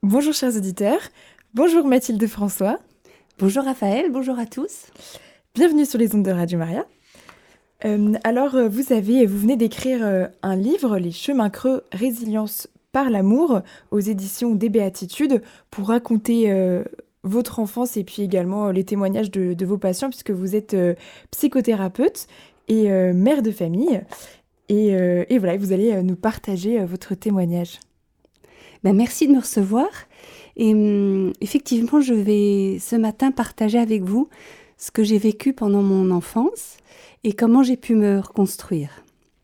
Bonjour chers auditeurs, bonjour Mathilde François, Bonjour Raphaël, bonjour à tous. bienvenue sur les ondes de Radio Maria. Vous venez d'écrire un livre, Les chemins creux, résilience par l'amour, aux éditions des Béatitudes, pour raconter votre enfance et puis également les témoignages de vos patients, puisque vous êtes psychothérapeute et mère de famille. Et voilà, vous allez nous partager votre témoignage. Merci de me recevoir. Et effectivement, je vais ce matin partager avec vous ce que j'ai vécu pendant mon enfance et comment j'ai pu me reconstruire.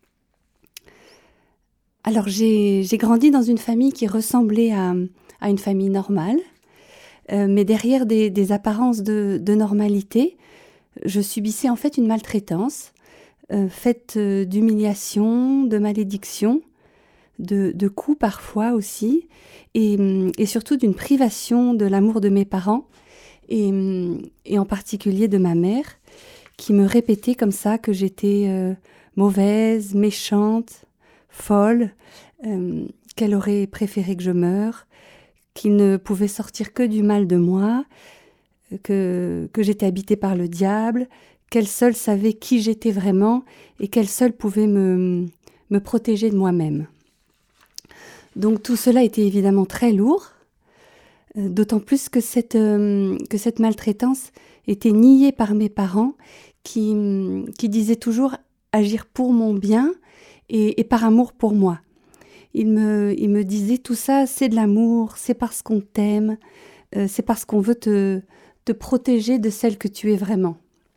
Alors, j'ai grandi dans une famille qui ressemblait à une famille normale, mais derrière des apparences de normalité, je subissais en fait une maltraitance faite d'humiliation, de malédiction, de coups parfois aussi, et surtout d'une privation de l'amour de mes parents, et en particulier de ma mère, qui me répétait comme ça que j'étais mauvaise, méchante, folle, qu'elle aurait préféré que je meure, qu'il ne pouvait sortir que du mal de moi, que j'étais habitée par le diable, qu'elle seule savait qui j'étais vraiment et qu'elle seule pouvait me protéger de moi-même. Donc tout cela était évidemment très lourd, d'autant plus que cette maltraitance était niée par mes parents qui disaient toujours agir pour mon bien et par amour pour moi. Ils me disaient tout ça, c'est de l'amour, c'est parce qu'on t'aime, c'est parce qu'on veut te protéger de celle que tu es vraiment.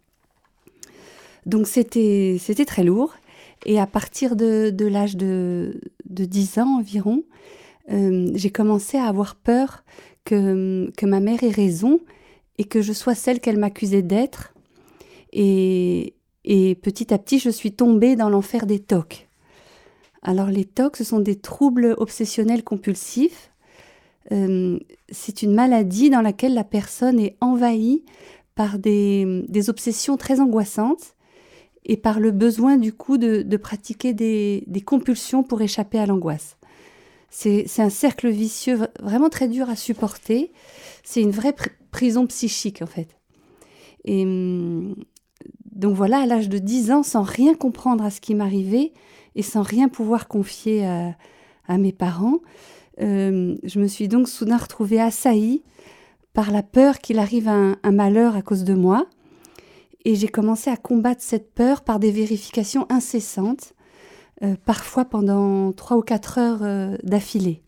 Donc c'était très lourd. Et à partir de l'âge de 10 ans environ, j'ai commencé à avoir peur que ma mère ait raison et que je sois celle qu'elle m'accusait d'être. Et petit à petit, je suis tombée dans l'enfer des TOC. Alors les TOC, ce sont des troubles obsessionnels compulsifs. C'est une maladie dans laquelle la personne est envahie par des obsessions très angoissantes et par le besoin du coup de pratiquer des compulsions pour échapper à l'angoisse. C'est un cercle vicieux vraiment très dur à supporter. C'est une vraie prison psychique en fait. Et donc voilà, à l'âge de 10 ans, sans rien comprendre à ce qui m'arrivait et sans rien pouvoir confier à mes parents, je me suis donc soudain retrouvée assaillie par la peur qu'il arrive un malheur à cause de moi. Et j'ai commencé à combattre cette peur par des vérifications incessantes, parfois pendant 3 ou 4 heures d'affilée.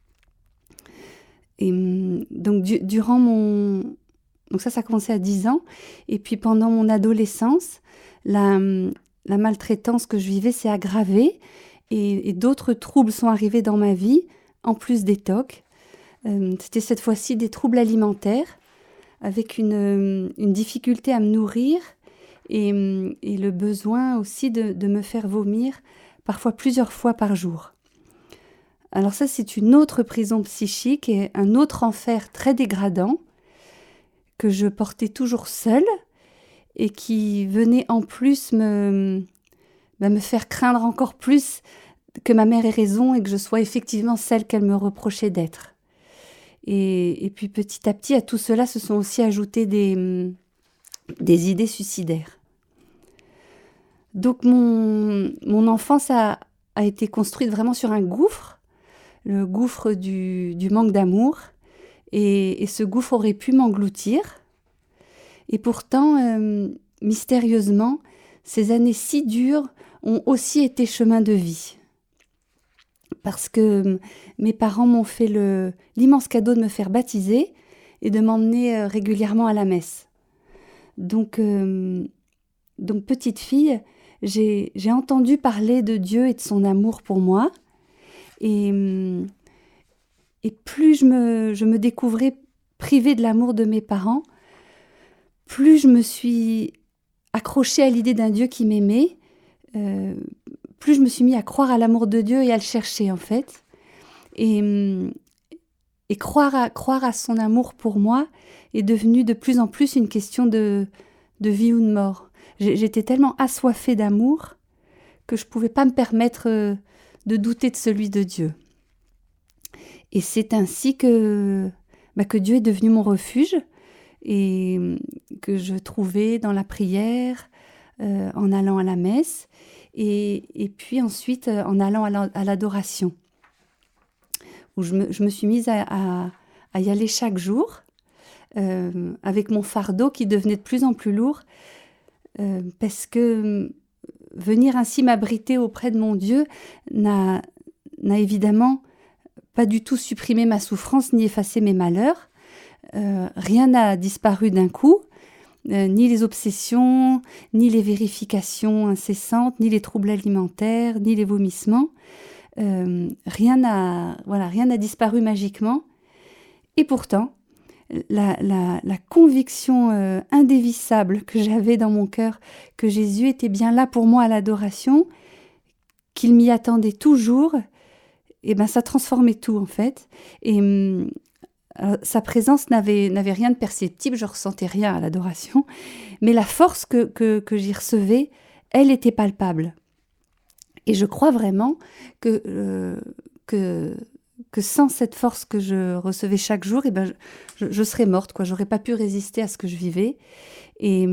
Et donc durant donc ça a commencé à 10 ans. Et puis pendant mon adolescence, la maltraitance que je vivais s'est aggravée et d'autres troubles sont arrivés dans ma vie, en plus des TOC. C'était cette fois-ci des troubles alimentaires, avec une difficulté à me nourrir et le besoin aussi de me faire vomir, parfois plusieurs fois par jour. Alors ça, c'est une autre prison psychique et un autre enfer très dégradant que je portais toujours seule et qui venait en plus me faire craindre encore plus que ma mère ait raison et que je sois effectivement celle qu'elle me reprochait d'être. Et puis petit à petit, à tout cela se sont aussi ajoutées des idées suicidaires. Donc mon enfance a été construite vraiment sur un gouffre, le gouffre du manque d'amour, et ce gouffre aurait pu m'engloutir. Et pourtant, mystérieusement, ces années si dures ont aussi été chemin de vie. Parce que mes parents m'ont fait l'immense cadeau de me faire baptiser et de m'emmener régulièrement à la messe. Donc petite fille, j'ai entendu parler de Dieu et de son amour pour moi. Et plus je me découvrais privée de l'amour de mes parents, plus je me suis accrochée à l'idée d'un Dieu qui m'aimait, plus je me suis mis à croire à l'amour de Dieu et à le chercher en fait. Et croire à son amour pour moi est devenu de plus en plus une question de vie ou de mort. J'étais tellement assoiffée d'amour que je ne pouvais pas me permettre de douter de celui de Dieu. Et c'est ainsi que Dieu est devenu mon refuge et que je trouvais dans la prière, en allant à la messe et puis ensuite en allant à l'adoration, où je me suis mise à y aller chaque jour, avec mon fardeau qui devenait de plus en plus lourd, parce que venir ainsi m'abriter auprès de mon Dieu n'a évidemment pas du tout supprimé ma souffrance ni effacé mes malheurs. Rien n'a disparu d'un coup, ni les obsessions, ni les vérifications incessantes, ni les troubles alimentaires, ni les vomissements. Rien n'a disparu magiquement. Et pourtant, la conviction indévissable que j'avais dans mon cœur que Jésus était bien là pour moi à l'adoration, qu'il m'y attendait toujours, et ben ça transformait tout en fait. Et sa présence n'avait rien de perceptible, je ressentais rien à l'adoration, mais la force que j'y recevais, elle était palpable. Et je crois vraiment que sans cette force que je recevais chaque jour, eh ben je serais morte, quoi. J'aurais pas pu résister à ce que je vivais. Et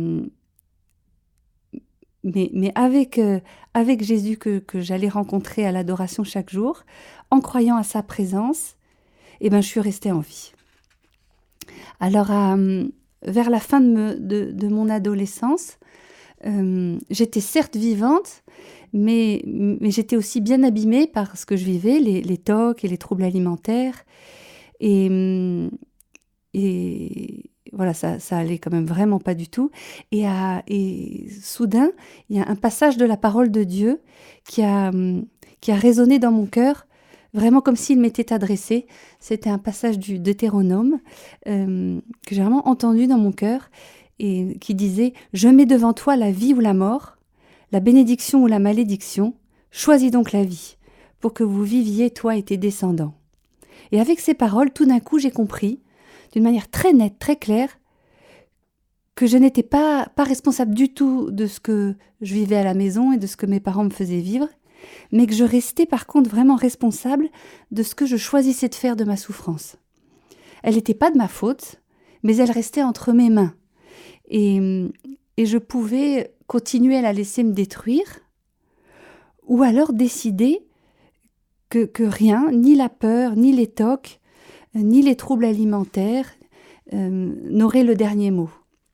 mais avec Jésus que j'allais rencontrer à l'adoration chaque jour, en croyant à sa présence, eh ben je suis restée en vie. Alors vers la fin de mon adolescence, j'étais certes vivante, mais j'étais aussi bien abîmée par ce que je vivais, les TOC et les troubles alimentaires. Et voilà, ça allait quand même vraiment pas du tout. Et soudain, il y a un passage de la parole de Dieu qui a résonné dans mon cœur, vraiment comme s'il m'était adressé. C'était un passage du Deutéronome que j'ai vraiment entendu dans mon cœur et qui disait « Je mets devant toi la vie ou la mort, la bénédiction ou la malédiction, choisis donc la vie, pour que vous viviez, toi et tes descendants. » Et avec ces paroles, tout d'un coup, j'ai compris, d'une manière très nette, très claire, que je n'étais pas responsable du tout de ce que je vivais à la maison et de ce que mes parents me faisaient vivre, mais que je restais par contre vraiment responsable de ce que je choisissais de faire de ma souffrance. Elle n'était pas de ma faute, mais elle restait entre mes mains. Et je pouvais continuer à la laisser me détruire, ou alors décider que rien, ni la peur, ni les TOC, ni les troubles alimentaires n'auraient le dernier mot.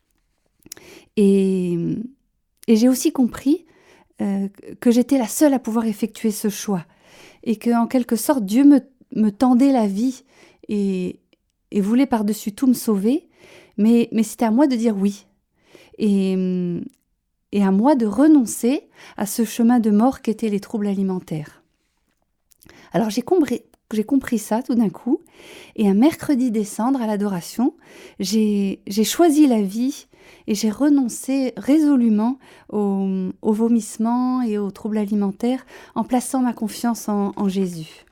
Et j'ai aussi compris que j'étais la seule à pouvoir effectuer ce choix, et qu'en quelque sorte Dieu me tendait la vie et voulait par-dessus tout me sauver, mais c'était à moi de dire oui, et à moi de renoncer à ce chemin de mort qu'étaient les troubles alimentaires. Alors j'ai compris ça tout d'un coup, et un mercredi décembre à l'adoration, j'ai choisi la vie et j'ai renoncé résolument aux vomissements et aux troubles alimentaires en plaçant ma confiance en Jésus.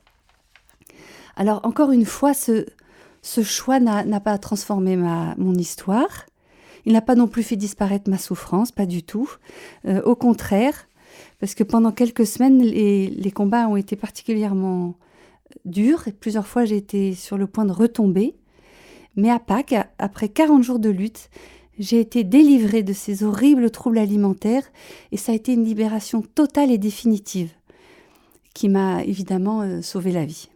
Alors encore une fois, ce choix n'a pas transformé mon histoire. Il n'a pas non plus fait disparaître ma souffrance, pas du tout. Au contraire, parce que pendant quelques semaines, les combats ont été particulièrement durs et plusieurs fois j'ai été sur le point de retomber. Mais à Pâques, après 40 jours de lutte, j'ai été délivrée de ces horribles troubles alimentaires et ça a été une libération totale et définitive qui m'a évidemment sauvé la vie.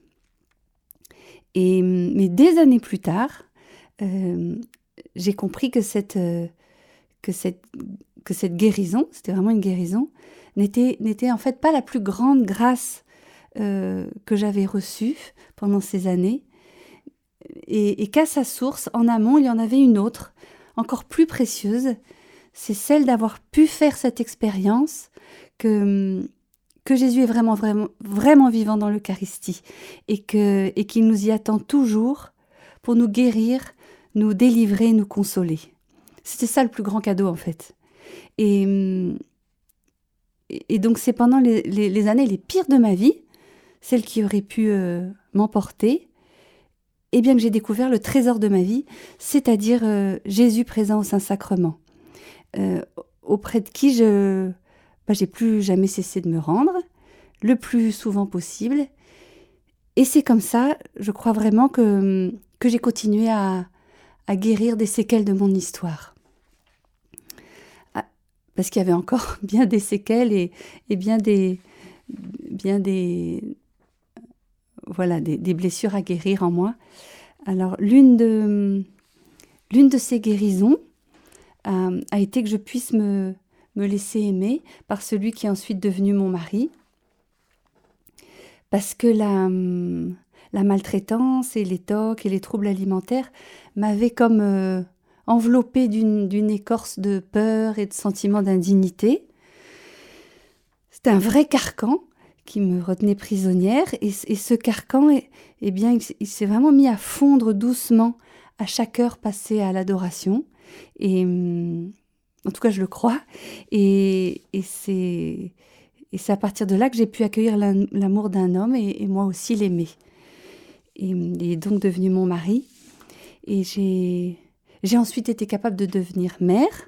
Mais des années plus tard, j'ai compris que cette guérison, c'était vraiment une guérison, n'était en fait pas la plus grande grâce que j'avais reçue pendant ces années, et qu'à sa source, en amont, il y en avait une autre, encore plus précieuse, c'est celle d'avoir pu faire cette expérience que Jésus est vraiment, vraiment, vraiment vivant dans l'Eucharistie et qu'il nous y attend toujours pour nous guérir, nous délivrer, nous consoler. C'était ça le plus grand cadeau en fait. Et donc c'est pendant les années les pires de ma vie, celles qui auraient pu m'emporter, et bien que j'ai découvert le trésor de ma vie, c'est-à-dire Jésus présent au Saint-Sacrement, auprès de qui j'ai plus jamais cessé de me rendre, le plus souvent possible, Et c'est comme ça, je crois vraiment que j'ai continué à guérir des séquelles de mon histoire. Ah, parce qu'il y avait encore bien des séquelles et bien des blessures à guérir en moi. Alors, l'une de ces guérisons a été que je puisse me laisser aimer par celui qui est ensuite devenu mon mari. Parce que la maltraitance et les tocs et les troubles alimentaires m'avaient comme enveloppée d'une écorce de peur et de sentiment d'indignité. C'était un vrai carcan qui me retenait prisonnière. Et ce carcan, eh bien, il s'est vraiment mis à fondre doucement à chaque heure passée à l'adoration. Et en tout cas, je le crois. Et c'est à partir de là que j'ai pu accueillir l'amour d'un homme et moi aussi l'aimer. Et il est donc devenu mon mari. Et j'ai ensuite été capable de devenir mère,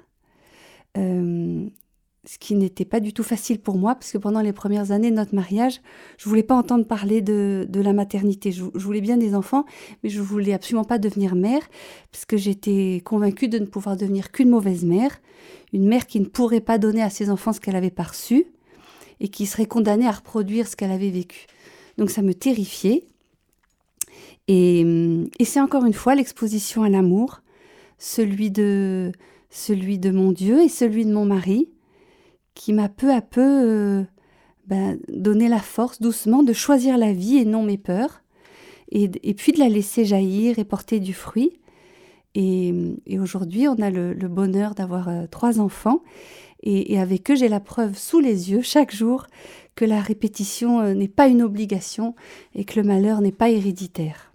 ce qui n'était pas du tout facile pour moi, parce que pendant les premières années de notre mariage, je ne voulais pas entendre parler de la maternité. Je voulais bien des enfants, mais je ne voulais absolument pas devenir mère, parce que j'étais convaincue de ne pouvoir devenir qu'une mauvaise mère, une mère qui ne pourrait pas donner à ses enfants ce qu'elle avait pas reçu, et qui serait condamnée à reproduire ce qu'elle avait vécu. Donc ça me terrifiait. Et c'est encore une fois l'exposition à l'amour, celui de mon Dieu et celui de mon mari, qui m'a peu à peu donné la force doucement de choisir la vie et non mes peurs, et puis de la laisser jaillir et porter du fruit. Et aujourd'hui, on a le bonheur d'avoir 3 enfants, et avec eux, j'ai la preuve sous les yeux chaque jour que la répétition n'est pas une obligation et que le malheur n'est pas héréditaire.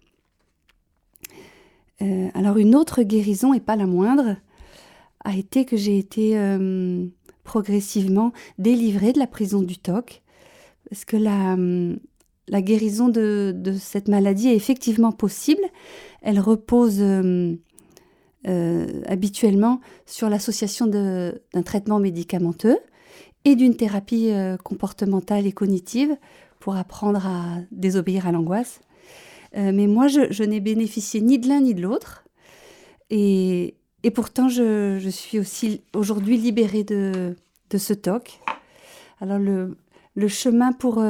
Alors une autre guérison, et pas la moindre, a été que j'ai été progressivement délivrée de la prison du TOC, parce que la guérison de cette maladie est effectivement possible. Elle repose habituellement sur l'association d'un traitement médicamenteux et d'une thérapie comportementale et cognitive pour apprendre à désobéir à l'angoisse. Mais moi, je n'ai bénéficié ni de l'un ni de l'autre. Et pourtant, je suis aussi aujourd'hui libérée de ce TOC. Alors, le chemin pour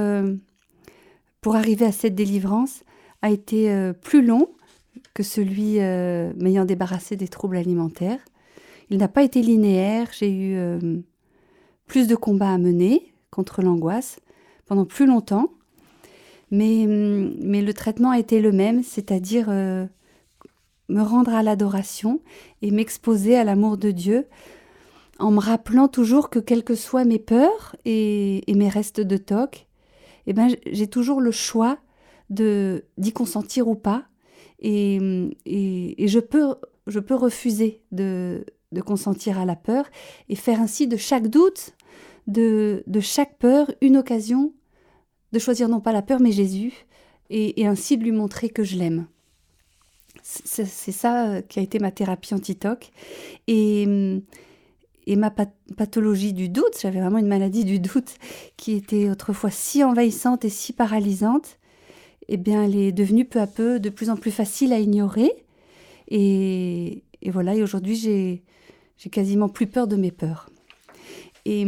arriver à cette délivrance a été plus long que celui m'ayant débarrassé des troubles alimentaires. Il n'a pas été linéaire. J'ai eu plus de combats à mener contre l'angoisse pendant plus longtemps. Mais le traitement a été le même, c'est-à-dire me rendre à l'adoration et m'exposer à l'amour de Dieu, en me rappelant toujours que quelles que soient mes peurs et mes restes de TOC, eh ben, j'ai toujours le choix d'y consentir ou pas, et je peux refuser de consentir à la peur et faire ainsi de chaque doute, de chaque peur, une occasion de choisir non pas la peur mais Jésus, et ainsi de lui montrer que je l'aime. C'est ça qui a été ma thérapie anti-TOC. Et ma pathologie du doute, j'avais vraiment une maladie du doute qui était autrefois si envahissante et si paralysante, eh bien elle est devenue peu à peu de plus en plus facile à ignorer. Et voilà, et aujourd'hui j'ai quasiment plus peur de mes peurs. Et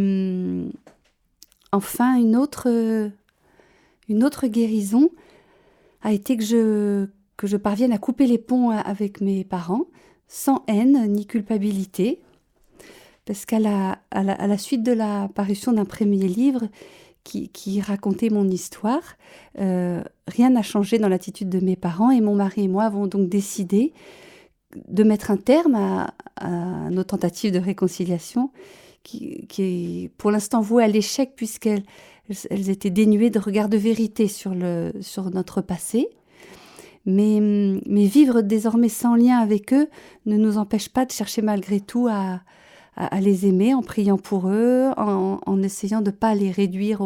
enfin, une autre guérison a été que je parvienne à couper les ponts avec mes parents, sans haine ni culpabilité, parce qu'à la suite de la parution d'un premier livre qui racontait mon histoire, rien n'a changé dans l'attitude de mes parents, et mon mari et moi avons donc décidé de mettre un terme à nos tentatives de réconciliation, qui est pour l'instant vouée à l'échec, puisqu'elles étaient dénuées de regard de vérité sur notre passé. Mais vivre désormais sans lien avec eux ne nous empêche pas de chercher malgré tout à les aimer, en priant pour eux, en essayant de ne pas les réduire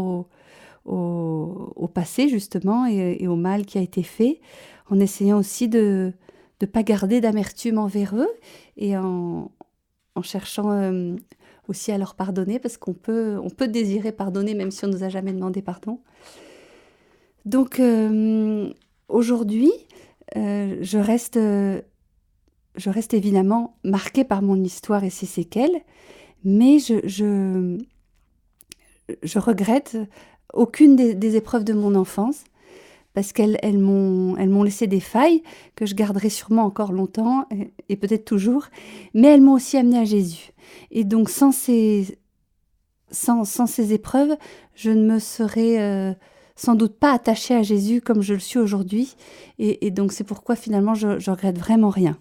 au passé justement, et au mal qui a été fait, en essayant aussi de ne pas garder d'amertume envers eux, et en cherchant aussi à leur pardonner, parce qu'on peut désirer pardonner même si on ne nous a jamais demandé pardon. Donc aujourd'hui, je reste évidemment marquée par mon histoire et ses séquelles, mais je regrette aucune des épreuves de mon enfance, parce elles m'ont laissé des failles que je garderai sûrement encore longtemps et peut-être toujours, mais elles m'ont aussi amenée à Jésus. Et donc sans ces épreuves, je ne me serais sans doute pas attachée à Jésus comme je le suis aujourd'hui. Et donc c'est pourquoi finalement je regrette vraiment rien.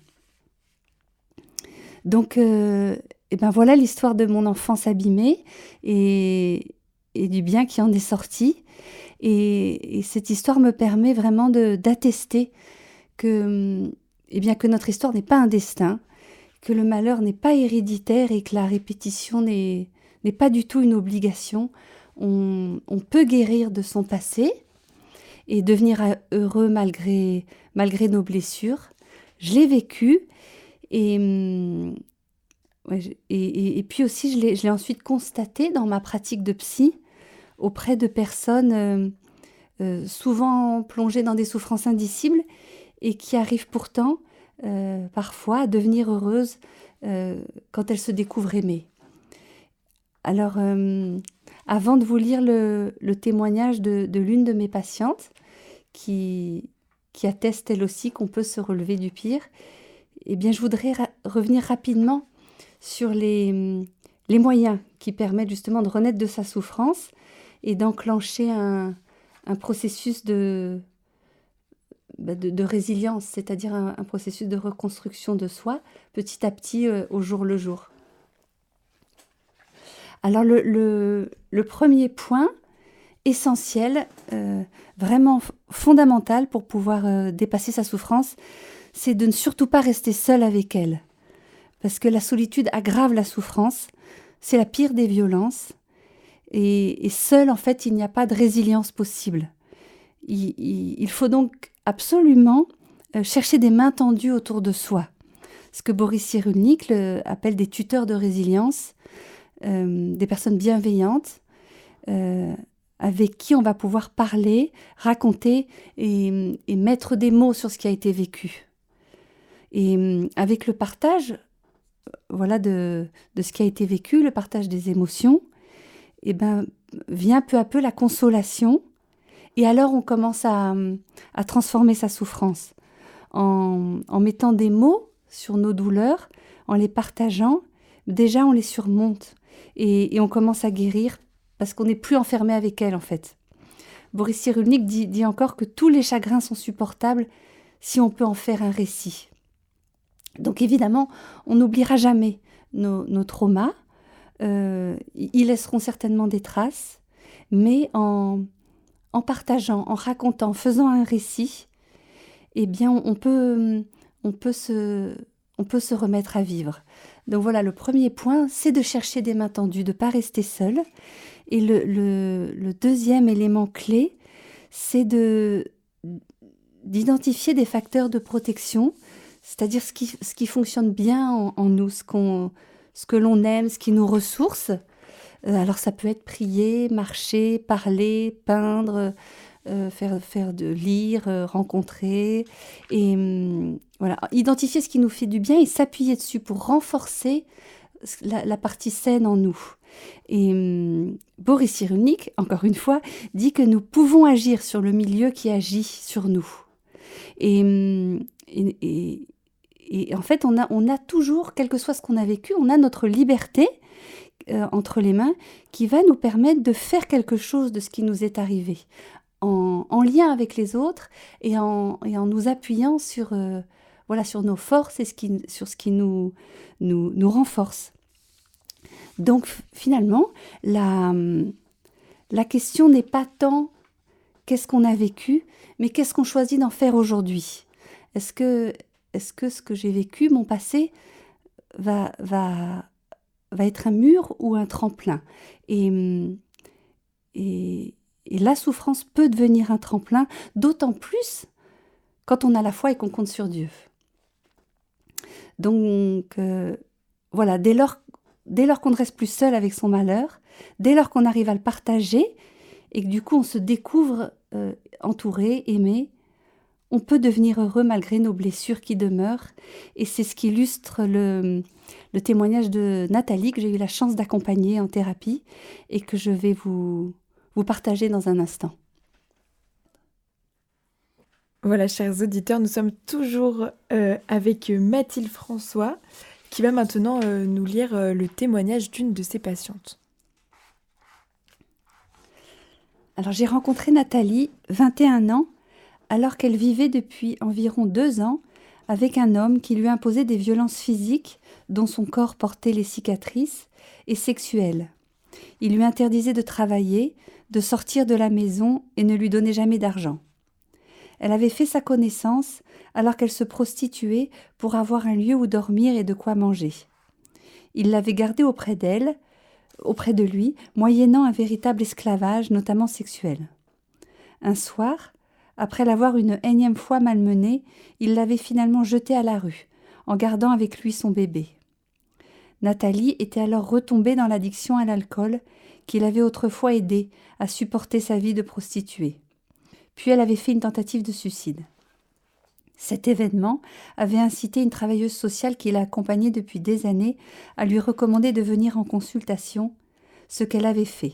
Donc et ben voilà l'histoire de mon enfance abîmée et du bien qui en est sorti. Et cette histoire me permet vraiment d'attester que, que notre histoire n'est pas un destin, que le malheur n'est pas héréditaire et que la répétition n'est pas du tout une obligation. On peut guérir de son passé et devenir heureux malgré nos blessures. Je l'ai vécu et puis aussi je l'ai ensuite constaté dans ma pratique de psy auprès de personnes souvent plongées dans des souffrances indicibles et qui arrivent pourtant parfois à devenir heureuses quand elles se découvrent aimées. Alors, avant de vous lire le témoignage de l'une de mes patientes qui atteste elle aussi qu'on peut se relever du pire, eh bien, je voudrais revenir rapidement sur les moyens qui permettent justement de renaître de sa souffrance et d'enclencher un processus de résilience, c'est-à-dire un processus de reconstruction de soi, petit à petit, au jour le jour. Alors le premier point essentiel, vraiment fondamental pour pouvoir dépasser sa souffrance, c'est de ne surtout pas rester seul avec elle. Parce que la solitude aggrave la souffrance, c'est la pire des violences. Et seul, en fait, il n'y a pas de résilience possible. Il faut donc absolument chercher des mains tendues autour de soi. Ce que Boris Cyrulnik appelle des tuteurs de résilience, des personnes bienveillantes avec qui on va pouvoir parler, raconter et mettre des mots sur ce qui a été vécu. Et avec le partage de ce qui a été vécu, le partage des émotions, vient peu à peu la consolation. Et alors on commence à transformer sa souffrance en mettant des mots sur nos douleurs, en les partageant. Déjà on les surmonte et on commence à guérir parce qu'on n'est plus enfermé avec elle en fait. Boris Cyrulnik dit encore que tous les chagrins sont supportables si on peut en faire un récit. Donc évidemment, on n'oubliera jamais nos traumas. Ils laisseront certainement des traces, mais en partageant, en racontant, en faisant un récit, eh bien on peut se remettre à vivre. Donc voilà, le premier point, c'est de chercher des mains tendues, de ne pas rester seul. Et le deuxième élément clé, c'est d'identifier des facteurs de protection, c'est-à-dire ce qui fonctionne bien en nous, ce que l'on aime, ce qui nous ressource. Alors ça peut être prier, marcher, parler, peindre, lire, rencontrer. Et voilà, identifier ce qui nous fait du bien et s'appuyer dessus pour renforcer la partie saine en nous. Et Boris Cyrulnik, encore une fois, dit que nous pouvons agir sur le milieu qui agit sur nous. Et en fait, on a toujours, quel que soit ce qu'on a vécu, on a notre liberté entre les mains qui va nous permettre de faire quelque chose de ce qui nous est arrivé, en lien avec les autres et en nous appuyant sur nos forces et sur ce qui nous renforce. Donc finalement, la question n'est pas tant qu'est-ce qu'on a vécu, mais qu'est-ce qu'on choisit d'en faire aujourd'hui. Est-ce que ce que j'ai vécu, mon passé, va être un mur ou un tremplin ? Et la souffrance peut devenir un tremplin, d'autant plus quand on a la foi et qu'on compte sur Dieu. Donc voilà, dès lors qu'on ne reste plus seul avec son malheur, dès lors qu'on arrive à le partager et que du coup on se découvre entouré, aimé. On peut devenir heureux malgré nos blessures qui demeurent. Et c'est ce qui illustre le témoignage de Nathalie, que j'ai eu la chance d'accompagner en thérapie et que je vais vous partager dans un instant. Voilà, chers auditeurs, nous sommes toujours avec Mathilde François, qui va maintenant nous lire le témoignage d'une de ses patientes. Alors, j'ai rencontré Nathalie, 21 ans, alors qu'elle vivait depuis environ 2 ans avec un homme qui lui imposait des violences physiques dont son corps portait les cicatrices et sexuelles. Il lui interdisait de travailler, de sortir de la maison et ne lui donnait jamais d'argent. Elle avait fait sa connaissance alors qu'elle se prostituait pour avoir un lieu où dormir et de quoi manger. Il l'avait gardée auprès de lui, moyennant un véritable esclavage, notamment sexuel. Un soir, après l'avoir une énième fois malmenée, il l'avait finalement jetée à la rue, en gardant avec lui son bébé. Nathalie était alors retombée dans l'addiction à l'alcool qui l'avait autrefois aidée à supporter sa vie de prostituée. Puis elle avait fait une tentative de suicide. Cet événement avait incité une travailleuse sociale qui l'a accompagnée depuis des années à lui recommander de venir en consultation, ce qu'elle avait fait.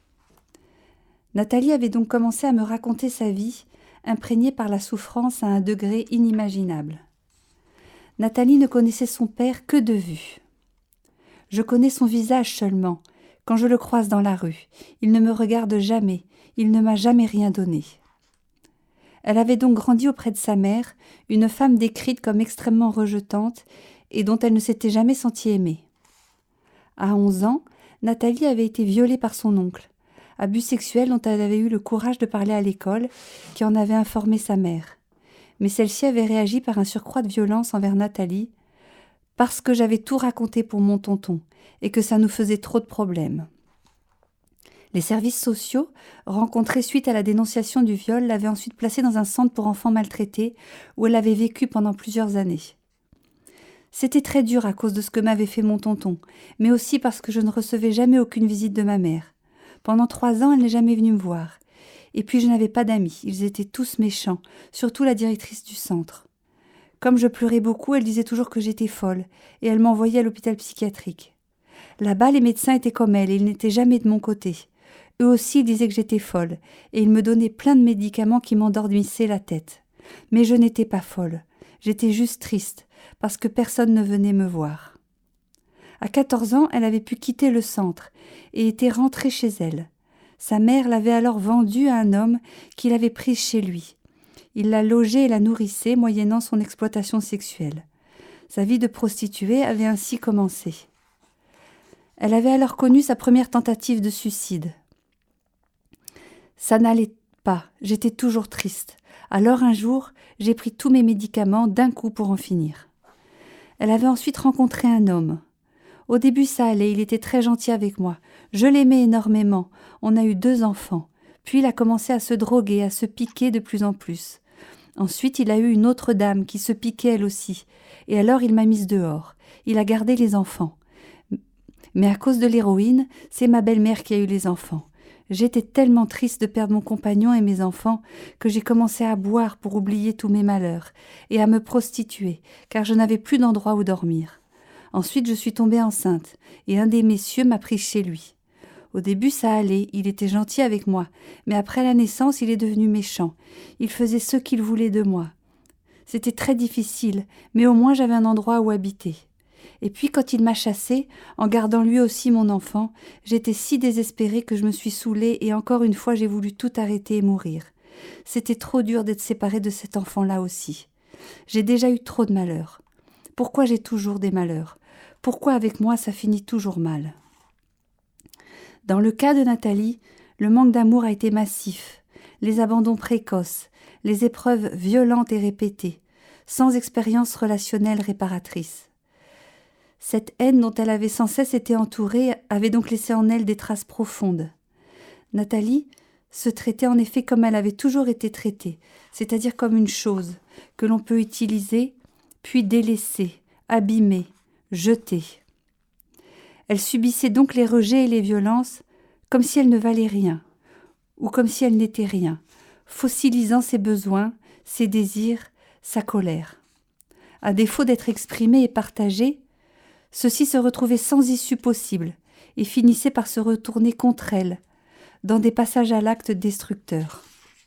Nathalie avait donc commencé à me raconter sa vie, imprégnée par la souffrance à un degré inimaginable. Nathalie ne connaissait son père que de vue. « Je connais son visage seulement, quand je le croise dans la rue. Il ne me regarde jamais, il ne m'a jamais rien donné. » Elle avait donc grandi auprès de sa mère, une femme décrite comme extrêmement rejetante et dont elle ne s'était jamais sentie aimée. À 11 ans, Nathalie avait été violée par son oncle, abus sexuel dont elle avait eu le courage de parler à l'école, qui en avait informé sa mère. Mais celle-ci avait réagi par un surcroît de violence envers Nathalie, parce que j'avais tout raconté pour mon tonton et que ça nous faisait trop de problèmes. Les services sociaux, rencontrés suite à la dénonciation du viol, l'avaient ensuite placée dans un centre pour enfants maltraités, où elle avait vécu pendant plusieurs années. C'était très dur à cause de ce que m'avait fait mon tonton, mais aussi parce que je ne recevais jamais aucune visite de ma mère. Pendant 3 ans, elle n'est jamais venue me voir. Et puis je n'avais pas d'amis, ils étaient tous méchants, surtout la directrice du centre. Comme je pleurais beaucoup, elle disait toujours que j'étais folle, et elle m'envoyait à l'hôpital psychiatrique. Là-bas, les médecins étaient comme elle, et ils n'étaient jamais de mon côté. Eux aussi ils disaient que j'étais folle, et ils me donnaient plein de médicaments qui m'endormissaient la tête. Mais je n'étais pas folle, j'étais juste triste, parce que personne ne venait me voir. À 14 ans, elle avait pu quitter le centre, et était rentrée chez elle. Sa mère l'avait alors vendue à un homme qui l'avait prise chez lui. Il la logeait et la nourrissait, moyennant son exploitation sexuelle. Sa vie de prostituée avait ainsi commencé. Elle avait alors connu sa première tentative de suicide. Ça n'allait pas, j'étais toujours triste. Alors un jour, j'ai pris tous mes médicaments d'un coup pour en finir. Elle avait ensuite rencontré un homme. Au début ça allait, il était très gentil avec moi. Je l'aimais énormément, on a eu 2 enfants. Puis il a commencé à se droguer, à se piquer de plus en plus. Ensuite il a eu une autre dame qui se piquait elle aussi. Et alors il m'a mise dehors. Il a gardé les enfants. Mais à cause de l'héroïne, c'est ma belle-mère qui a eu les enfants. J'étais tellement triste de perdre mon compagnon et mes enfants que j'ai commencé à boire pour oublier tous mes malheurs et à me prostituer, car je n'avais plus d'endroit où dormir. Ensuite, je suis tombée enceinte et un des messieurs m'a prise chez lui. Au début, ça allait, il était gentil avec moi, mais après la naissance, il est devenu méchant. Il faisait ce qu'il voulait de moi. C'était très difficile, mais au moins j'avais un endroit où habiter. Et puis quand il m'a chassée, en gardant lui aussi mon enfant, j'étais si désespérée que je me suis saoulée et encore une fois j'ai voulu tout arrêter et mourir. C'était trop dur d'être séparée de cet enfant-là aussi. J'ai déjà eu trop de malheurs. Pourquoi j'ai toujours des malheurs ? Pourquoi avec moi ça finit toujours mal ? Dans le cas de Nathalie, le manque d'amour a été massif, les abandons précoces, les épreuves violentes et répétées, sans expérience relationnelle réparatrice. Cette haine dont elle avait sans cesse été entourée avait donc laissé en elle des traces profondes. Nathalie se traitait en effet comme elle avait toujours été traitée, c'est-à-dire comme une chose que l'on peut utiliser, puis délaisser, abîmer, jeter. Elle subissait donc les rejets et les violences comme si elle ne valait rien, ou comme si elle n'était rien, fossilisant ses besoins, ses désirs, sa colère. À défaut d'être exprimés et partagés, ceux-ci se retrouvaient sans issue possible et finissaient par se retourner contre elle, dans des passages à l'acte destructeurs.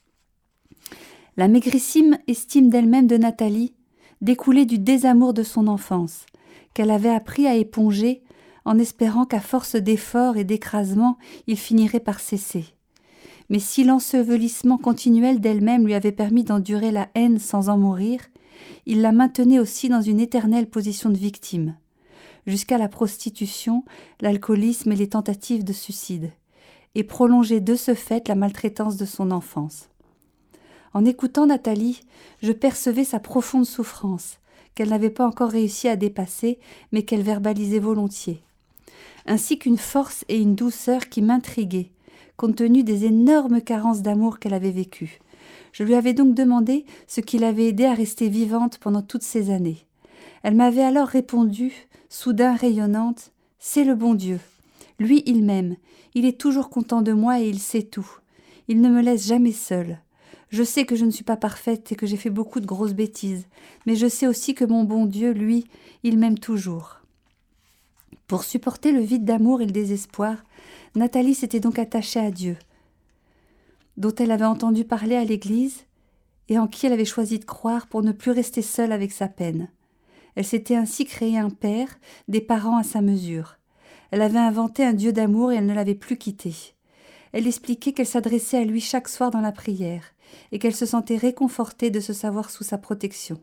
La maigrissime estime d'elle-même de Nathalie découlait du désamour de son enfance, qu'elle avait appris à éponger en espérant qu'à force d'efforts et d'écrasement, il finirait par cesser. Mais si l'ensevelissement continuel d'elle-même lui avait permis d'endurer la haine sans en mourir, il la maintenait aussi dans une éternelle position de victime, jusqu'à la prostitution, l'alcoolisme et les tentatives de suicide, et prolongeait de ce fait la maltraitance de son enfance. En écoutant Nathalie, je percevais sa profonde souffrance, qu'elle n'avait pas encore réussi à dépasser, mais qu'elle verbalisait volontiers, ainsi qu'une force et une douceur qui m'intriguaient, compte tenu des énormes carences d'amour qu'elle avait vécues. Je lui avais donc demandé ce qui l'avait aidée à rester vivante pendant toutes ces années. Elle m'avait alors répondu, soudain rayonnante, « C'est le bon Dieu. Lui, il m'aime. Il est toujours content de moi et il sait tout. Il ne me laisse jamais seule. Je sais que je ne suis pas parfaite et que j'ai fait beaucoup de grosses bêtises, mais je sais aussi que mon bon Dieu, lui, il m'aime toujours. » Pour supporter le vide d'amour et le désespoir, Nathalie s'était donc attachée à Dieu, dont elle avait entendu parler à l'église et en qui elle avait choisi de croire pour ne plus rester seule avec sa peine. Elle s'était ainsi créé un père, des parents à sa mesure. Elle avait inventé un Dieu d'amour et elle ne l'avait plus quitté. Elle expliquait qu'elle s'adressait à lui chaque soir dans la prière et qu'elle se sentait réconfortée de se savoir sous sa protection.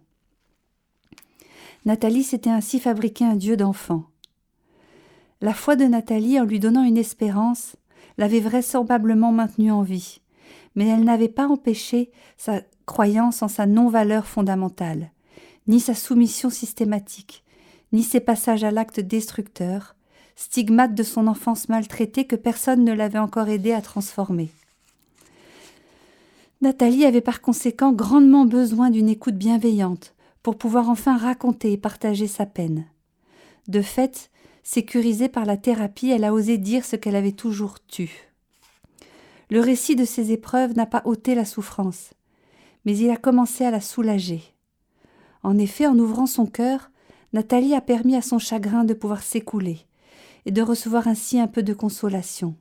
Nathalie s'était ainsi fabriqué un Dieu d'enfant. La foi de Nathalie, en lui donnant une espérance, l'avait vraisemblablement maintenue en vie, mais elle n'avait pas empêché sa croyance en sa non-valeur fondamentale, ni sa soumission systématique, ni ses passages à l'acte destructeur, stigmate de son enfance maltraitée que personne ne l'avait encore aidée à transformer. Nathalie avait par conséquent grandement besoin d'une écoute bienveillante pour pouvoir enfin raconter et partager sa peine. De fait, sécurisée par la thérapie, elle a osé dire ce qu'elle avait toujours tu. Le récit de ses épreuves n'a pas ôté la souffrance, mais il a commencé à la soulager. En effet, en ouvrant son cœur, Nathalie a permis à son chagrin de pouvoir s'écouler et de recevoir ainsi un peu de consolation.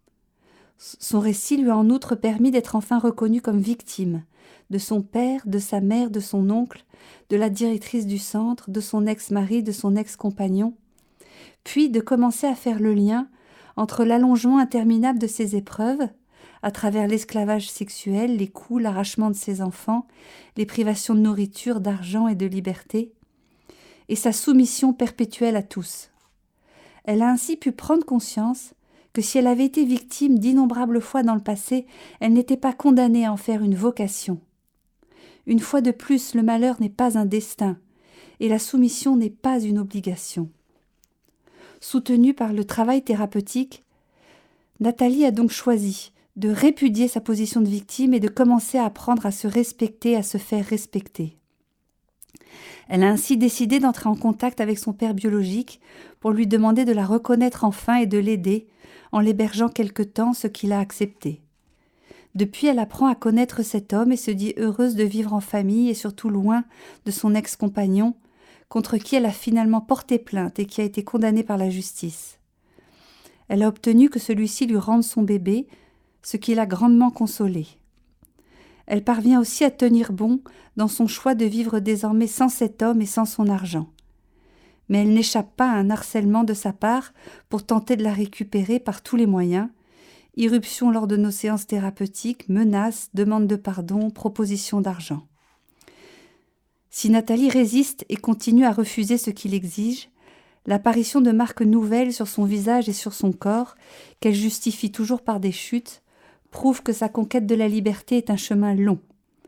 Son récit lui a en outre permis d'être enfin reconnue comme victime de son père, de sa mère, de son oncle, de la directrice du centre, de son ex-mari, de son ex-compagnon, puis de commencer à faire le lien entre l'allongement interminable de ses épreuves, à travers l'esclavage sexuel, les coups, l'arrachement de ses enfants, les privations de nourriture, d'argent et de liberté, et sa soumission perpétuelle à tous. Elle a ainsi pu prendre conscience que si elle avait été victime d'innombrables fois dans le passé, elle n'était pas condamnée à en faire une vocation. Une fois de plus, le malheur n'est pas un destin, et la soumission n'est pas une obligation. Soutenue par le travail thérapeutique, Nathalie a donc choisi de répudier sa position de victime et de commencer à apprendre à se respecter, à se faire respecter. Elle a ainsi décidé d'entrer en contact avec son père biologique pour lui demander de la reconnaître enfin et de l'aider en l'hébergeant quelque temps, ce qu'il a accepté. Depuis, elle apprend à connaître cet homme et se dit heureuse de vivre en famille et surtout loin de son ex-compagnon, contre qui elle a finalement porté plainte et qui a été condamné par la justice. Elle a obtenu que celui-ci lui rende son bébé, ce qui l'a grandement consolée. Elle parvient aussi à tenir bon dans son choix de vivre désormais sans cet homme et sans son argent. Mais elle n'échappe pas à un harcèlement de sa part pour tenter de la récupérer par tous les moyens. Irruption lors de nos séances thérapeutiques, menaces, demandes de pardon, propositions d'argent. Si Nathalie résiste et continue à refuser ce qu'il exige, l'apparition de marques nouvelles sur son visage et sur son corps, qu'elle justifie toujours par des chutes, prouve que sa conquête de la liberté est un chemin long.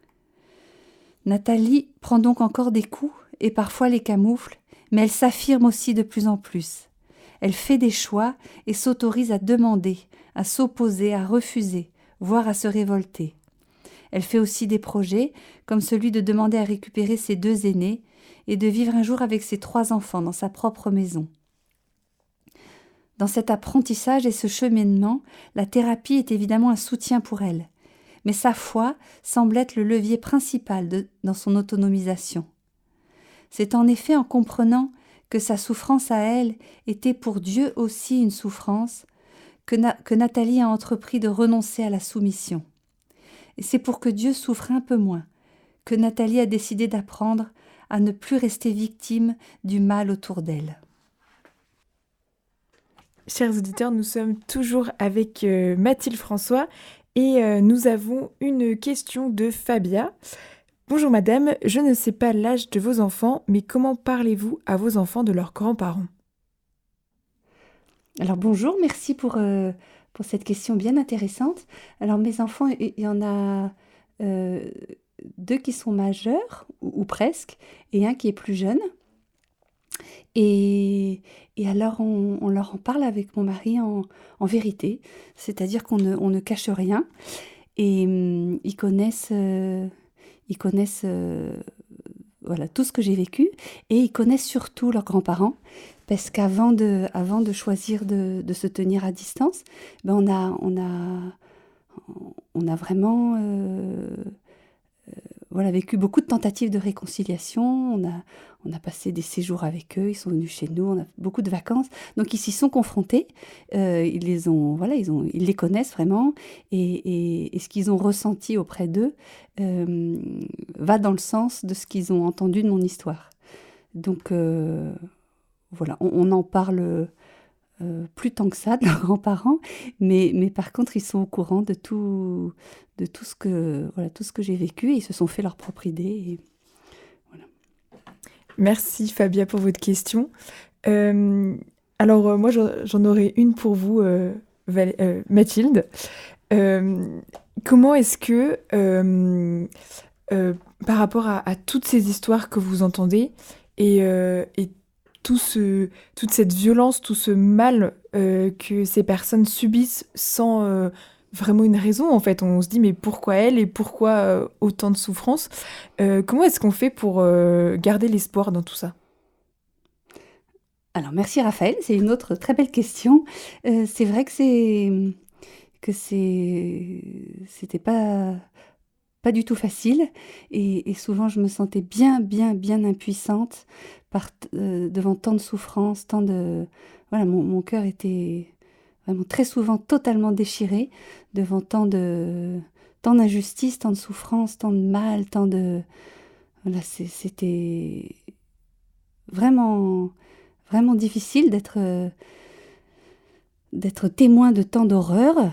Nathalie prend donc encore des coups et parfois les camoufle, mais elle s'affirme aussi de plus en plus. Elle fait des choix et s'autorise à demander, à s'opposer, à refuser, voire à se révolter. Elle fait aussi des projets, comme celui de demander à récupérer ses 2 aînés et de vivre un jour avec ses 3 enfants dans sa propre maison. Dans cet apprentissage et ce cheminement, la thérapie est évidemment un soutien pour elle, mais sa foi semble être le levier principal dans son autonomisation. C'est en effet en comprenant que sa souffrance à elle était pour Dieu aussi une souffrance que Nathalie a entrepris de renoncer à la soumission. Et c'est pour que Dieu souffre un peu moins que Nathalie a décidé d'apprendre à ne plus rester victime du mal autour d'elle. Chers auditeurs, nous sommes toujours avec Mathilde François et nous avons une question de Fabia. Bonjour madame, je ne sais pas l'âge de vos enfants, mais comment parlez-vous à vos enfants de leurs grands-parents? Alors bonjour, merci pour cette question bien intéressante. Alors mes enfants, il y en a euh, deux qui sont majeurs, ou presque, et un qui est plus jeune. Et alors on leur en parle avec mon mari en vérité, c'est-à-dire on ne cache rien. Et ils connaissent voilà, tout ce que j'ai vécu, et ils connaissent surtout leurs grands-parents, parce avant de choisir de se tenir à distance, ben on a vraiment voilà, vécu beaucoup de tentatives de réconciliation. On a passé des séjours avec eux, ils sont venus chez nous, on a beaucoup de vacances. Donc ils s'y sont confrontés, ils les ont, voilà, ils les connaissent vraiment, et ce qu'ils ont ressenti auprès d'eux va dans le sens de ce qu'ils ont entendu de mon histoire. Donc voilà, on en parle plus tant que ça de leurs grands-parents, mais par contre ils sont au courant de tout ce que, voilà, tout ce que j'ai vécu, et ils se sont fait leur propre idée. Et voilà. Merci Fabia pour votre question. Moi j'en aurais une pour vous, Mathilde. Euh, Comment est-ce que, par rapport à toutes ces histoires que vous entendez et toute cette violence, tout ce mal que ces personnes subissent sans vraiment une raison, en fait, on se dit mais pourquoi elle et pourquoi autant de souffrance? Comment est-ce qu'on fait pour garder l'espoir dans tout ça? Alors merci Raphaël, c'est une autre très belle question. C'est vrai c'était pas du tout facile, et souvent je me sentais bien impuissante devant tant de souffrances, voilà, mon cœur était vraiment très souvent totalement déchiré devant tant d'injustice, tant de souffrance, tant de mal, voilà, c'était vraiment vraiment difficile d'être témoin de tant d'horreurs.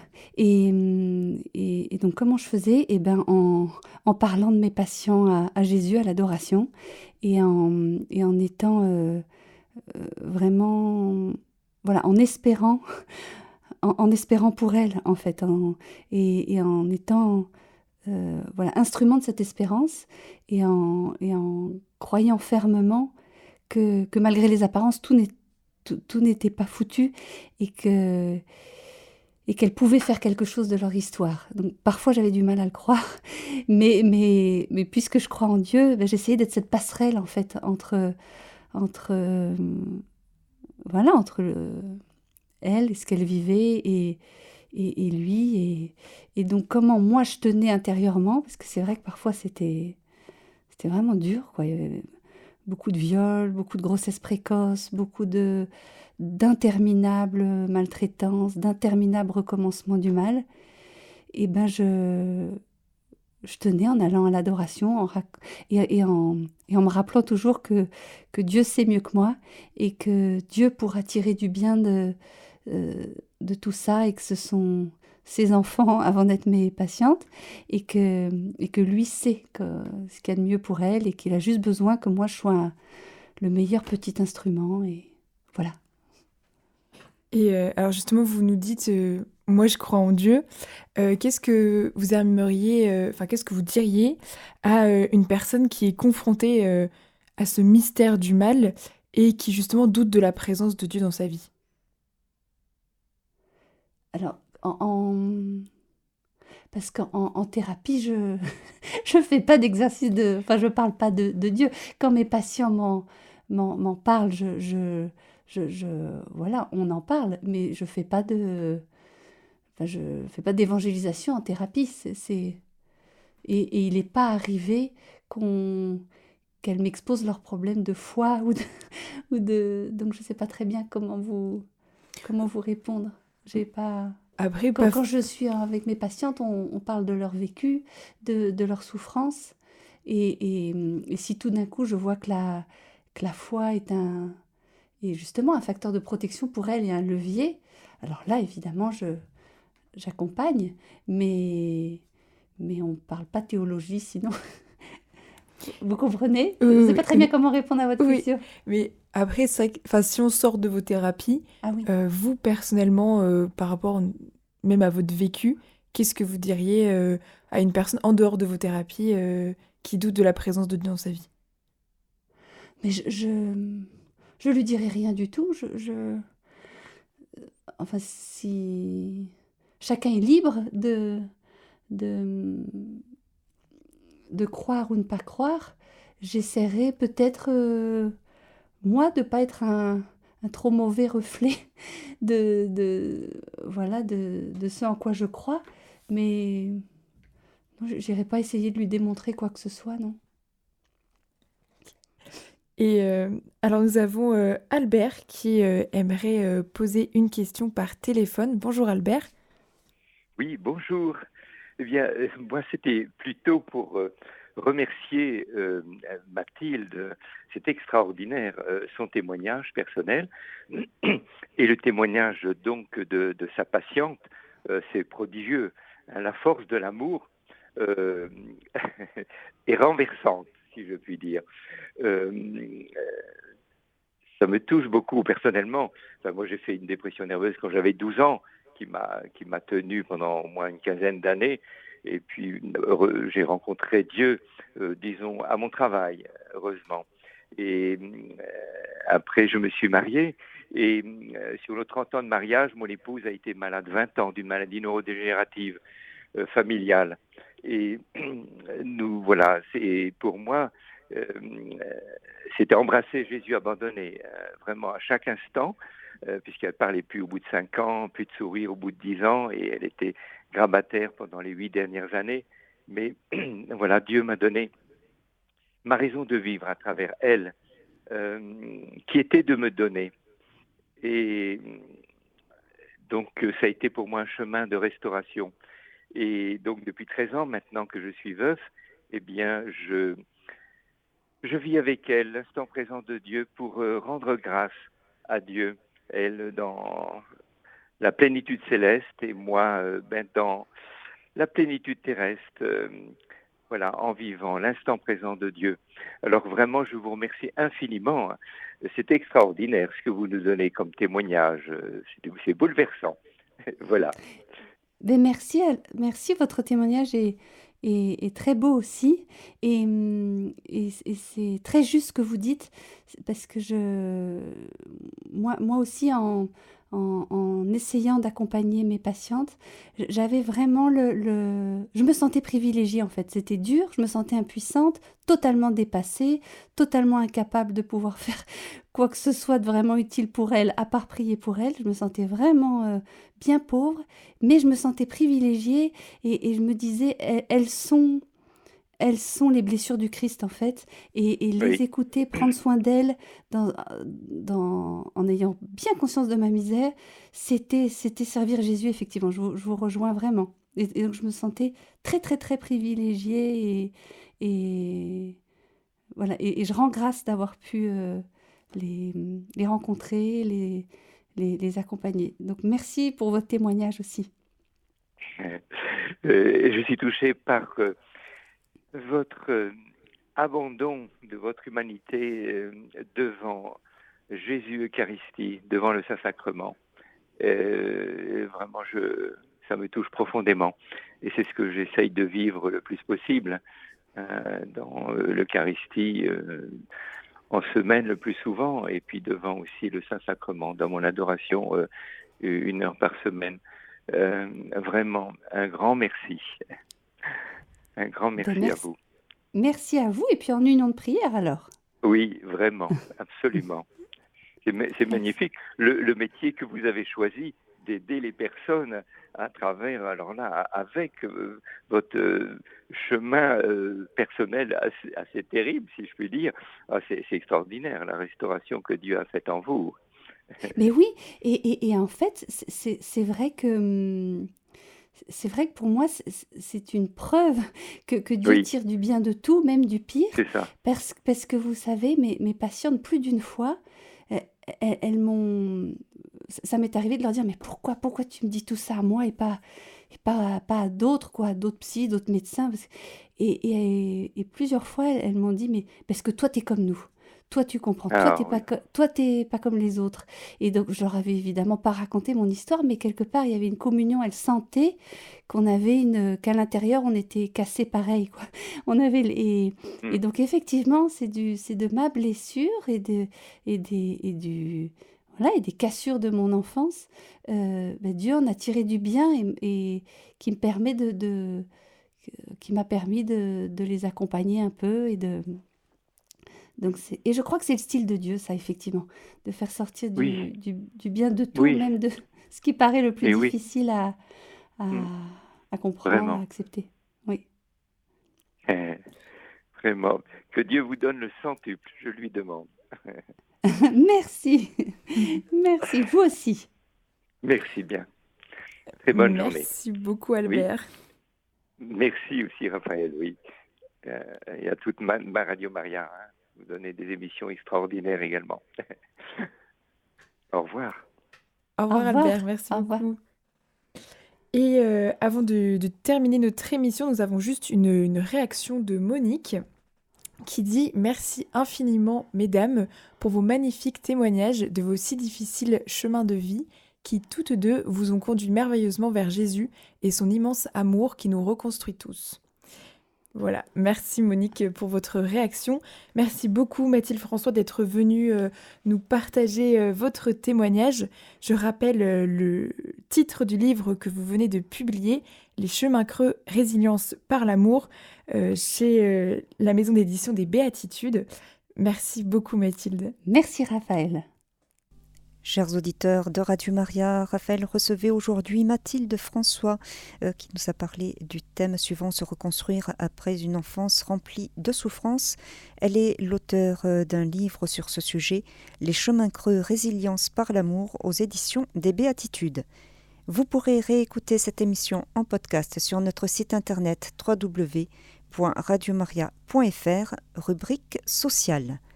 Et donc comment je faisais? Eh ben en parlant de mes patients à Jésus, à l'adoration, et en étant vraiment, voilà, en espérant, en espérant pour elle, en fait, et en étant voilà, instrument de cette espérance, et en croyant fermement que malgré les apparences, tout n'était pas foutu, et qu'elles pouvaient faire quelque chose de leur histoire. Donc parfois j'avais du mal à le croire, mais puisque je crois en Dieu, ben, j'essayais d'être cette passerelle en fait entre voilà, elle et ce qu'elle vivait, et lui, et donc comment moi je tenais intérieurement, parce que c'est vrai que parfois c'était vraiment dur, quoi. Il y avait beaucoup de viols, beaucoup de grossesses précoces, beaucoup d'interminables maltraitances, d'interminables recommencements du mal. Et ben je tenais en allant à l'adoration, et en me rappelant toujours que Dieu sait mieux que moi, et que Dieu pourra tirer du bien de tout ça, et que ce sont ses enfants avant d'être mes patientes, et que lui sait ce qu'il y a de mieux pour elle, et qu'il a juste besoin que moi je sois le meilleur petit instrument, et voilà. Et alors justement, vous nous dites, moi je crois en Dieu. Qu'est-ce que vous aimeriez, enfin qu'est-ce que vous diriez à une personne qui est confrontée à ce mystère du mal et qui justement doute de la présence de Dieu dans sa vie? Alors, parce qu'en thérapie, je fais pas d'exercice enfin, je parle pas de Dieu. Quand mes patients m'en parlent, voilà, on en parle, mais je fais pas enfin, je fais pas d'évangélisation en thérapie. Et il n'est pas arrivé qu'on, qu'elles m'exposent leurs problèmes de foi donc je ne sais pas très bien comment vous répondre. J'ai pas. Après, Quand je suis avec mes patientes, on parle de leur vécu, de leur souffrance. Et si tout d'un coup je vois que la foi est justement un facteur de protection pour elles et un levier, alors là évidemment j'accompagne, mais on ne parle pas théologie sinon. Vous comprenez? Je ne sais oui, pas très bien oui, comment répondre à votre oui. question. Mais après, c'est vrai que, enfin, si on sort de vos thérapies, Ah oui. vous personnellement, par rapport même à votre vécu, qu'est-ce que vous diriez à une personne en dehors de vos thérapies qui doute de la présence de Dieu dans sa vie? Mais je lui dirai rien du tout. Enfin, si chacun est libre de, de croire ou ne pas croire, j'essaierai peut-être, moi, de ne pas être un trop mauvais reflet voilà, de ce en quoi je crois. Mais non, j'irai pas essayer de lui démontrer quoi que ce soit, non. Et alors nous avons Albert qui aimerait poser une question par téléphone. Bonjour Albert. Oui, bonjour. Eh bien, moi, c'était plutôt pour remercier Mathilde. C'est extraordinaire, son témoignage personnel et le témoignage donc de sa patiente. C'est prodigieux. Hein, la force de l'amour euh, est renversante, si je puis dire. Euh, Ça me touche beaucoup personnellement. Enfin, moi, j'ai fait une dépression nerveuse quand j'avais 12 ans, qui m'a tenu pendant au moins une quinzaine d'années. Et puis, j'ai rencontré Dieu, disons, à mon travail, heureusement. Et après, je me suis marié. Et sur nos 30 ans de mariage, mon épouse a été malade 20 ans d'une maladie neurodégénérative familiale. Et nous, voilà, c'est pour moi, euh, c'était embrasser Jésus abandonné, vraiment à chaque instant, puisqu'elle parlait plus au bout de 5 ans, plus de sourire au bout de 10 ans, et elle était grabataire pendant les 8 dernières années. Mais voilà, Dieu m'a donné ma raison de vivre à travers elle, euh, qui était de me donner. Et donc, ça a été pour moi un chemin de restauration. Et donc, depuis 13 ans maintenant que je suis veuf, eh bien, je vis avec elle l'instant présent de Dieu pour rendre grâce à Dieu. Elle dans la plénitude céleste et moi dans la plénitude terrestre, voilà, en vivant l'instant présent de Dieu. Alors vraiment, je vous remercie infiniment. C'est extraordinaire ce que vous nous donnez comme témoignage. C'est bouleversant. Voilà. Ben merci, votre témoignage est très beau aussi. Et c'est très juste ce que vous dites, parce que moi aussi, en essayant d'accompagner mes patientes, j'avais vraiment je me sentais privilégiée en fait. C'était dur, je me sentais impuissante, totalement dépassée, totalement incapable de pouvoir faire quoi que ce soit de vraiment utile pour elles, à part prier pour elles. Je me sentais vraiment bien pauvre, mais je me sentais privilégiée et je me disais, elles sont les blessures du Christ en fait, et les Oui. écouter, prendre soin d'elles, en ayant bien conscience de ma misère, c'était servir Jésus effectivement. Je vous rejoins vraiment. Et donc je me sentais très très très privilégiée et voilà. Et je rends grâce d'avoir pu les rencontrer, les accompagner. Donc merci pour votre témoignage aussi. Je suis touché par votre abandon de votre humanité devant Jésus Eucharistie, devant le Saint-Sacrement. Vraiment, ça me touche profondément. Et c'est ce que j'essaye de vivre le plus possible dans l'Eucharistie, en semaine le plus souvent, et puis devant aussi le Saint-Sacrement, dans mon adoration, 1 heure par semaine. Vraiment, un grand merci. Un grand Ben, merci à vous. merci à vous et puis en union de prière alors. Oui, vraiment, absolument. C'est Merci. magnifique. Le métier que vous avez choisi d'aider les personnes à travers, alors là, avec votre chemin personnel assez terrible, si je puis dire. C'est extraordinaire, la restauration que Dieu a faite en vous. Mais oui, et en fait, c'est vrai que... C'est vrai que pour moi, c'est une preuve que Dieu Oui, tire du bien de tout, même du pire, c'est ça. parce que vous savez, mes patientes, plus d'une fois, euh, elles m'ont... Ça m'est arrivé de leur dire, mais pourquoi tu me dis tout ça à moi pas à d'autres, quoi, à d'autres psys, d'autres médecins et plusieurs fois, elles m'ont dit, mais parce que toi, t'es comme nous. Toi, tu comprends. Ah oui, Toi, t'es pas comme les autres. Et donc, je leur avais évidemment pas raconté mon histoire, mais quelque part, il y avait une communion. Elles sentaient qu'à l'intérieur, on était cassés pareil, quoi. On avait, et donc, effectivement, c'est de ma blessure et des cassures de mon enfance. Dieu en a tiré du bien et qui me permet qui m'a permis de les accompagner un peu donc et je crois que c'est le style de Dieu, ça, effectivement, de faire sortir oui, du bien de tout, oui, même de ce qui paraît le plus et oui, difficile à, mm, à comprendre, à vraiment. accepter. Oui. Vraiment. Que Dieu vous donne le centuple, je lui demande. Merci. Merci. Vous aussi. Merci bien. Très bonne journée. Merci beaucoup, Oui. Albert. Merci aussi, Raphaël, oui. Et à toute ma Radio Maria. Hein. Vous donnez des émissions extraordinaires également. Au revoir. Au Au revoir, revoir. Albert. Merci Au revoir. beaucoup. Et avant de terminer notre émission, nous avons juste une réaction de Monique qui dit: Merci infiniment, mesdames, pour vos magnifiques témoignages de vos si difficiles chemins de vie qui, toutes deux, vous ont conduit merveilleusement vers Jésus et son immense amour qui nous reconstruit tous. Voilà, merci Monique pour votre réaction. Merci beaucoup Mathilde François d'être venue nous partager votre témoignage. Je rappelle le titre du livre que vous venez de publier, Les chemins creux, résilience par l'amour, chez la maison d'édition des Béatitudes. Merci beaucoup Mathilde. Merci, Raphaël. Chers auditeurs de Radio Maria, Raphaël recevait aujourd'hui Mathilde François qui nous a parlé du thème suivant: se reconstruire après une enfance remplie de souffrances. Elle est l'auteure d'un livre sur ce sujet, Les chemins creux, résilience par l'amour, aux éditions des Béatitudes. Vous pourrez réécouter cette émission en podcast sur notre site internet www.radiomaria.fr, rubrique sociale.